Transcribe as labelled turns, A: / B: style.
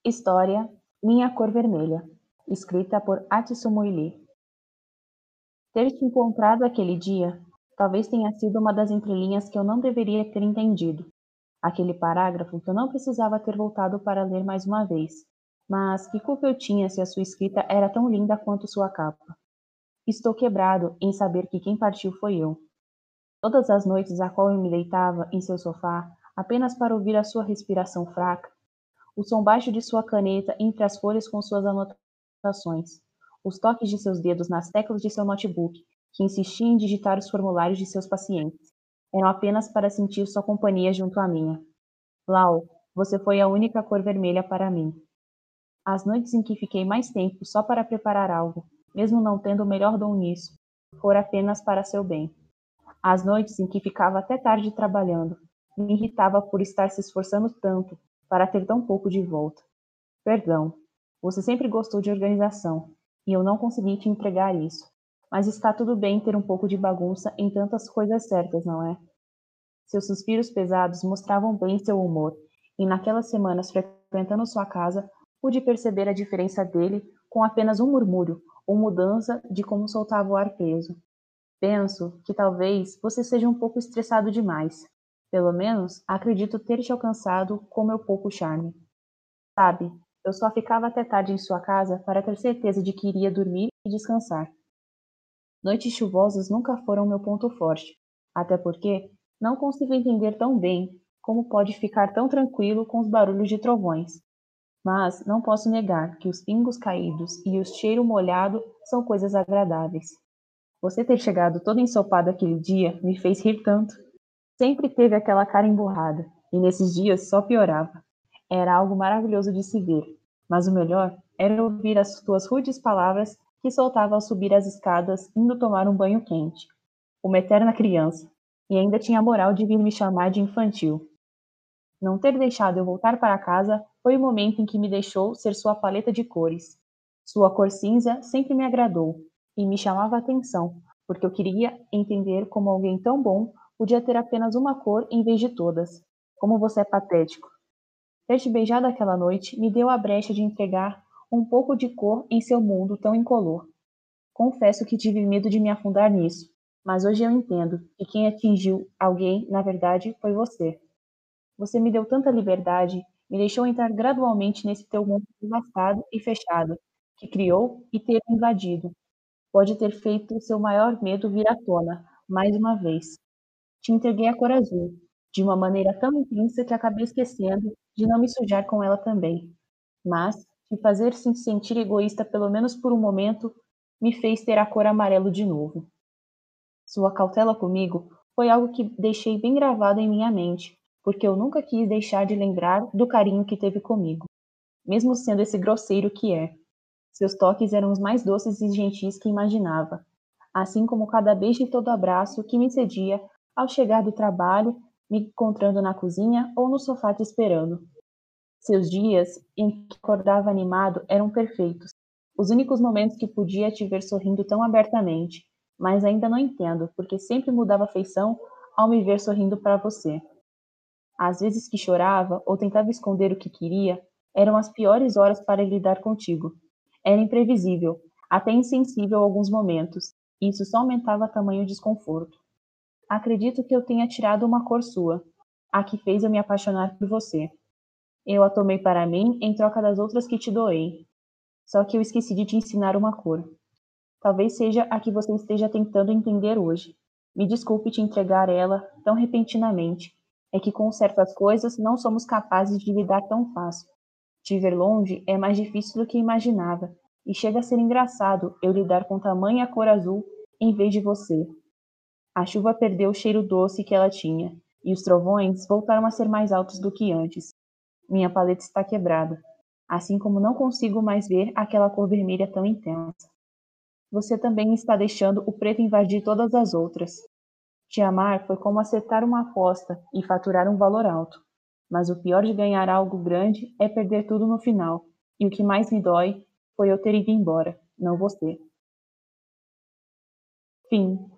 A: História Minha Cor Vermelha, escrita por Atsumo Lee. Ter te encontrado aquele dia talvez tenha sido uma das entrelinhas que eu não deveria ter entendido. Aquele parágrafo que eu não precisava ter voltado para ler mais uma vez. Mas que culpa eu tinha se a sua escrita era tão linda quanto sua capa? Estou quebrado em saber que quem partiu foi eu. Todas as noites a qual eu me deitava em seu sofá, apenas para ouvir a sua respiração fraca, o som baixo de sua caneta entre as folhas com suas anotações, os toques de seus dedos nas teclas de seu notebook, que insistia em digitar os formulários de seus pacientes, eram apenas para sentir sua companhia junto à minha. Lau, você foi a única cor vermelha para mim. As noites em que fiquei mais tempo só para preparar algo, mesmo não tendo o melhor dom nisso, foram apenas para seu bem. As noites em que ficava até tarde trabalhando, me irritava por estar se esforçando tanto para ter tão pouco de volta. Perdão, você sempre gostou de organização, e eu não consegui te entregar isso. Mas está tudo bem ter um pouco de bagunça em tantas coisas certas, não é? Seus suspiros pesados mostravam bem seu humor, e naquelas semanas frequentando sua casa, pude perceber a diferença dele com apenas um murmúrio ou mudança de como soltava o ar preso. Penso que talvez você seja um pouco estressado demais. Pelo menos, acredito ter te alcançado com meu pouco charme. Sabe, eu só ficava até tarde em sua casa para ter certeza de que iria dormir e descansar. Noites chuvosas nunca foram meu ponto forte, até porque não consigo entender tão bem como pode ficar tão tranquilo com os barulhos de trovões. Mas não posso negar que os pingos caídos e o cheiro molhado são coisas agradáveis. Você ter chegado todo ensopado aquele dia me fez rir tanto. Sempre teve aquela cara emburrada, e nesses dias só piorava. Era algo maravilhoso de se ver, mas o melhor era ouvir as tuas rudes palavras que soltava ao subir as escadas indo tomar um banho quente. Uma eterna criança, e ainda tinha a moral de vir me chamar de infantil. Não ter deixado eu voltar para casa foi o momento em que me deixou ser sua paleta de cores. Sua cor cinza sempre me agradou e me chamava a atenção, porque eu queria entender como alguém tão bom podia ter apenas uma cor em vez de todas. Como você é patético. Ter te beijado aquela noite me deu a brecha de entregar um pouco de cor em seu mundo tão incolor. Confesso que tive medo de me afundar nisso, mas hoje eu entendo que quem atingiu alguém, na verdade, foi você. Você me deu tanta liberdade, me deixou entrar gradualmente nesse teu mundo devastado e fechado, que criou e ter invadido. Pode ter feito seu maior medo vir à tona, mais uma vez. Te entreguei a cor azul, de uma maneira tão intensa que acabei esquecendo de não me sujar com ela também. Mas te fazer se sentir egoísta pelo menos por um momento me fez ter a cor amarelo de novo. Sua cautela comigo foi algo que deixei bem gravado em minha mente, porque eu nunca quis deixar de lembrar do carinho que teve comigo, mesmo sendo esse grosseiro que é. Seus toques eram os mais doces e gentis que imaginava, assim como cada beijo e todo abraço que me cedia ao chegar do trabalho, me encontrando na cozinha ou no sofá te esperando. Seus dias em que acordava animado eram perfeitos, os únicos momentos que podia te ver sorrindo tão abertamente, mas ainda não entendo porque sempre mudava a feição ao me ver sorrindo para você. Às vezes que chorava ou tentava esconder o que queria, eram as piores horas para lidar contigo. Era imprevisível, até insensível alguns momentos, e isso só aumentava tamanho desconforto. Acredito que eu tenha tirado uma cor sua, a que fez eu me apaixonar por você. Eu a tomei para mim em troca das outras que te doei. Só que eu esqueci de te ensinar uma cor. Talvez seja a que você esteja tentando entender hoje. Me desculpe te entregar ela tão repentinamente. É que com certas coisas não somos capazes de lidar tão fácil. Te ver longe é mais difícil do que imaginava, e chega a ser engraçado eu lidar com tamanha cor azul em vez de você. A chuva perdeu o cheiro doce que ela tinha, e os trovões voltaram a ser mais altos do que antes. Minha paleta está quebrada, assim como não consigo mais ver aquela cor vermelha tão intensa. Você também está deixando o preto invadir todas as outras. Te amar foi como acertar uma aposta e faturar um valor alto. Mas o pior de ganhar algo grande é perder tudo no final. E o que mais me dói foi eu ter ido embora, não você. Fim.